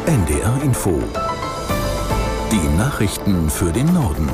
NDR Info. Die Nachrichten für den Norden.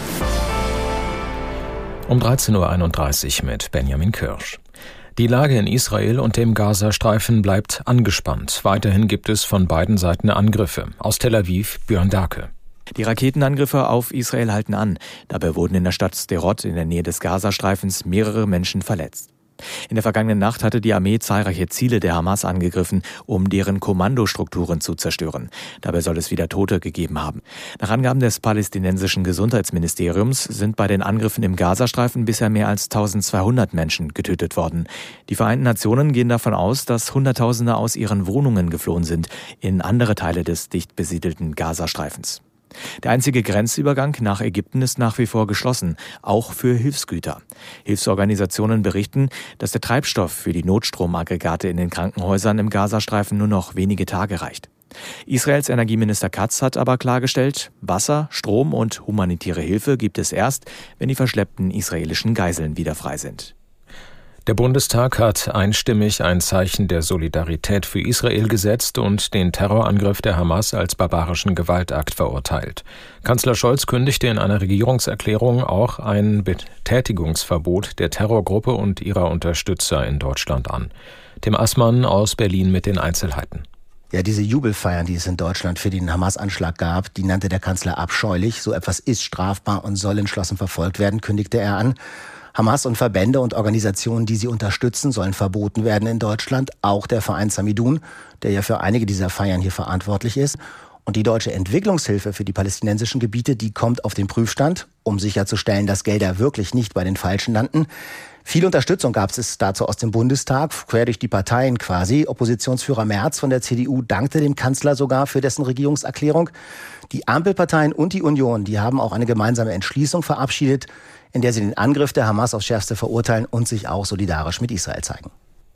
Um 13.31 Uhr mit Benjamin Kirsch. Die Lage in Israel und dem Gazastreifen bleibt angespannt. Weiterhin gibt es von beiden Seiten Angriffe. Aus Tel Aviv, Björn Darke. Die Raketenangriffe auf Israel halten an. Dabei wurden in der Stadt Sderot in der Nähe des Gazastreifens mehrere Menschen verletzt. In der vergangenen Nacht hatte die Armee zahlreiche Ziele der Hamas angegriffen, um deren Kommandostrukturen zu zerstören. Dabei soll es wieder Tote gegeben haben. Nach Angaben des palästinensischen Gesundheitsministeriums sind bei den Angriffen im Gazastreifen bisher mehr als 1200 Menschen getötet worden. Die Vereinten Nationen gehen davon aus, dass Hunderttausende aus ihren Wohnungen geflohen sind in andere Teile des dicht besiedelten Gazastreifens. Der einzige Grenzübergang nach Ägypten ist nach wie vor geschlossen, auch für Hilfsgüter. Hilfsorganisationen berichten, dass der Treibstoff für die Notstromaggregate in den Krankenhäusern im Gazastreifen nur noch wenige Tage reicht. Israels Energieminister Katz hat aber klargestellt, Wasser, Strom und humanitäre Hilfe gibt es erst, wenn die verschleppten israelischen Geiseln wieder frei sind. Der Bundestag hat einstimmig ein Zeichen der Solidarität für Israel gesetzt und den Terrorangriff der Hamas als barbarischen Gewaltakt verurteilt. Kanzler Scholz kündigte in einer Regierungserklärung auch ein Betätigungsverbot der Terrorgruppe und ihrer Unterstützer in Deutschland an. Tim Assmann aus Berlin mit den Einzelheiten. Ja, diese Jubelfeiern, die es in Deutschland für den Hamas-Anschlag gab, die nannte der Kanzler abscheulich. So etwas ist strafbar und soll entschlossen verfolgt werden, kündigte er an. Hamas und Verbände und Organisationen, die sie unterstützen, sollen verboten werden in Deutschland. Auch der Verein Zamidun, der ja für einige dieser Feiern hier verantwortlich ist. Und die deutsche Entwicklungshilfe für die palästinensischen Gebiete, die kommt auf den Prüfstand, um sicherzustellen, dass Gelder wirklich nicht bei den Falschen landen. Viel Unterstützung gab es dazu aus dem Bundestag, quer durch die Parteien quasi. Oppositionsführer Merz von der CDU dankte dem Kanzler sogar für dessen Regierungserklärung. Die Ampelparteien und die Union, die haben auch eine gemeinsame Entschließung verabschiedet, in der sie den Angriff der Hamas aufs Schärfste verurteilen und sich auch solidarisch mit Israel zeigen.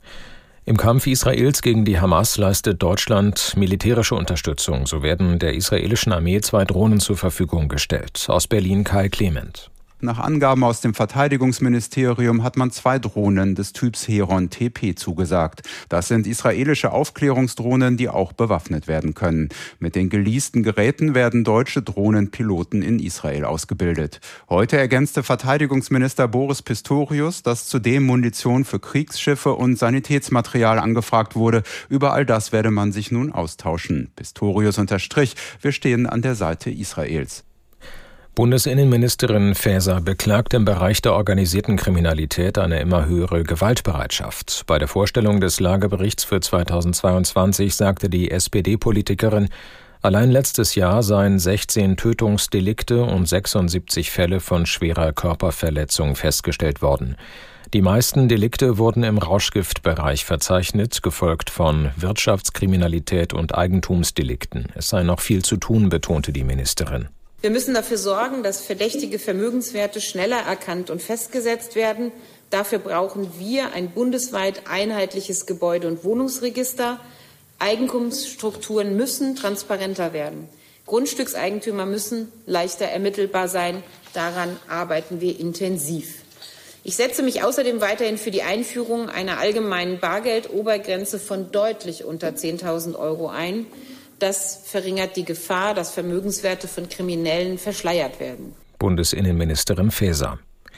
Im Kampf Israels gegen die Hamas leistet Deutschland militärische Unterstützung. So werden der israelischen Armee 2 Drohnen zur Verfügung gestellt. Aus Berlin Kai Clement. Nach Angaben aus dem Verteidigungsministerium hat man 2 Drohnen des Typs Heron TP zugesagt. Das sind israelische Aufklärungsdrohnen, die auch bewaffnet werden können. Mit den geleasten Geräten werden deutsche Drohnenpiloten in Israel ausgebildet. Heute ergänzte Verteidigungsminister Boris Pistorius, dass zudem Munition für Kriegsschiffe und Sanitätsmaterial angefragt wurde. Über all das werde man sich nun austauschen. Pistorius unterstrich, wir stehen an der Seite Israels. Bundesinnenministerin Faeser beklagt im Bereich der organisierten Kriminalität eine immer höhere Gewaltbereitschaft. Bei der Vorstellung des Lageberichts für 2022 sagte die SPD-Politikerin, allein letztes Jahr seien 16 Tötungsdelikte und 76 Fälle von schwerer Körperverletzung festgestellt worden. Die meisten Delikte wurden im Rauschgiftbereich verzeichnet, gefolgt von Wirtschaftskriminalität und Eigentumsdelikten. Es sei noch viel zu tun, betonte die Ministerin. Wir müssen dafür sorgen, dass verdächtige Vermögenswerte schneller erkannt und festgesetzt werden. Dafür brauchen wir ein bundesweit einheitliches Gebäude- und Wohnungsregister. Eigentumsstrukturen müssen transparenter werden. Grundstückseigentümer müssen leichter ermittelbar sein. Daran arbeiten wir intensiv. Ich setze mich außerdem weiterhin für die Einführung einer allgemeinen Bargeldobergrenze von deutlich unter 10.000 € ein. Das verringert die Gefahr, dass Vermögenswerte von Kriminellen verschleiert werden. Bundesinnenministerin Faeser.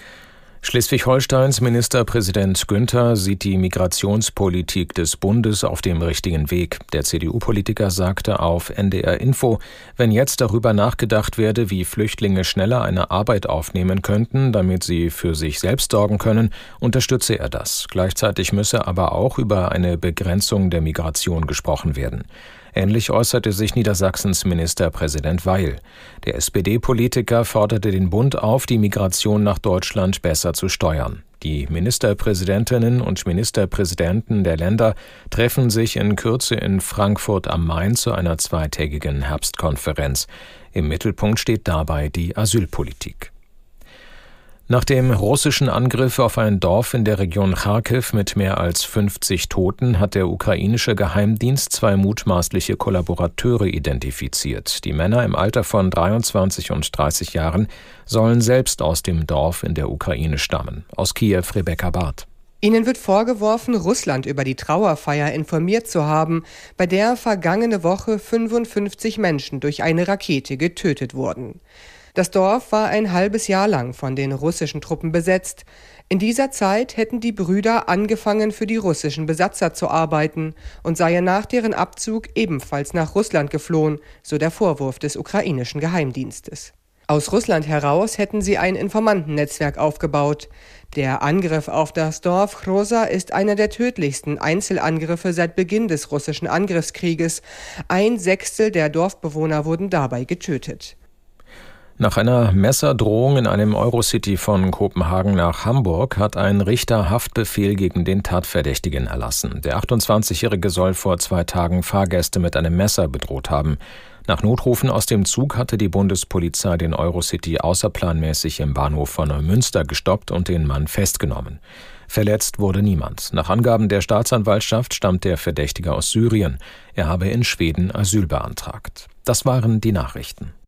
Schleswig-Holsteins Ministerpräsident Günther sieht die Migrationspolitik des Bundes auf dem richtigen Weg. Der CDU-Politiker sagte auf NDR Info, wenn jetzt darüber nachgedacht werde, wie Flüchtlinge schneller eine Arbeit aufnehmen könnten, damit sie für sich selbst sorgen können, unterstütze er das. Gleichzeitig müsse aber auch über eine Begrenzung der Migration gesprochen werden. Ähnlich äußerte sich Niedersachsens Ministerpräsident Weil. Der SPD-Politiker forderte den Bund auf, die Migration nach Deutschland besser zu steuern. Die Ministerpräsidentinnen und Ministerpräsidenten der Länder treffen sich in Kürze in Frankfurt am Main zu einer 2-tägigen Herbstkonferenz. Im Mittelpunkt steht dabei die Asylpolitik. Nach dem russischen Angriff auf ein Dorf in der Region Charkiw mit mehr als 50 Toten hat der ukrainische Geheimdienst 2 mutmaßliche Kollaborateure identifiziert. Die Männer im Alter von 23 und 30 Jahren sollen selbst aus dem Dorf in der Ukraine stammen. Aus Kiew Rebecca Barth. Ihnen wird vorgeworfen, Russland über die Trauerfeier informiert zu haben, bei der vergangene Woche 55 Menschen durch eine Rakete getötet wurden. Das Dorf war ein halbes Jahr lang von den russischen Truppen besetzt. In dieser Zeit hätten die Brüder angefangen, für die russischen Besatzer zu arbeiten und seien nach deren Abzug ebenfalls nach Russland geflohen, so der Vorwurf des ukrainischen Geheimdienstes. Aus Russland heraus hätten sie ein Informantennetzwerk aufgebaut. Der Angriff auf das Dorf Chroza ist einer der tödlichsten Einzelangriffe seit Beginn des russischen Angriffskrieges. 1/6 der Dorfbewohner wurden dabei getötet. Nach einer Messerdrohung in einem Eurocity von Kopenhagen nach Hamburg hat ein Richter Haftbefehl gegen den Tatverdächtigen erlassen. Der 28-Jährige soll vor 2 Tagen Fahrgäste mit einem Messer bedroht haben. Nach Notrufen aus dem Zug hatte die Bundespolizei den Eurocity außerplanmäßig im Bahnhof von Neumünster gestoppt und den Mann festgenommen. Verletzt wurde niemand. Nach Angaben der Staatsanwaltschaft stammt der Verdächtige aus Syrien. Er habe in Schweden Asyl beantragt. Das waren die Nachrichten.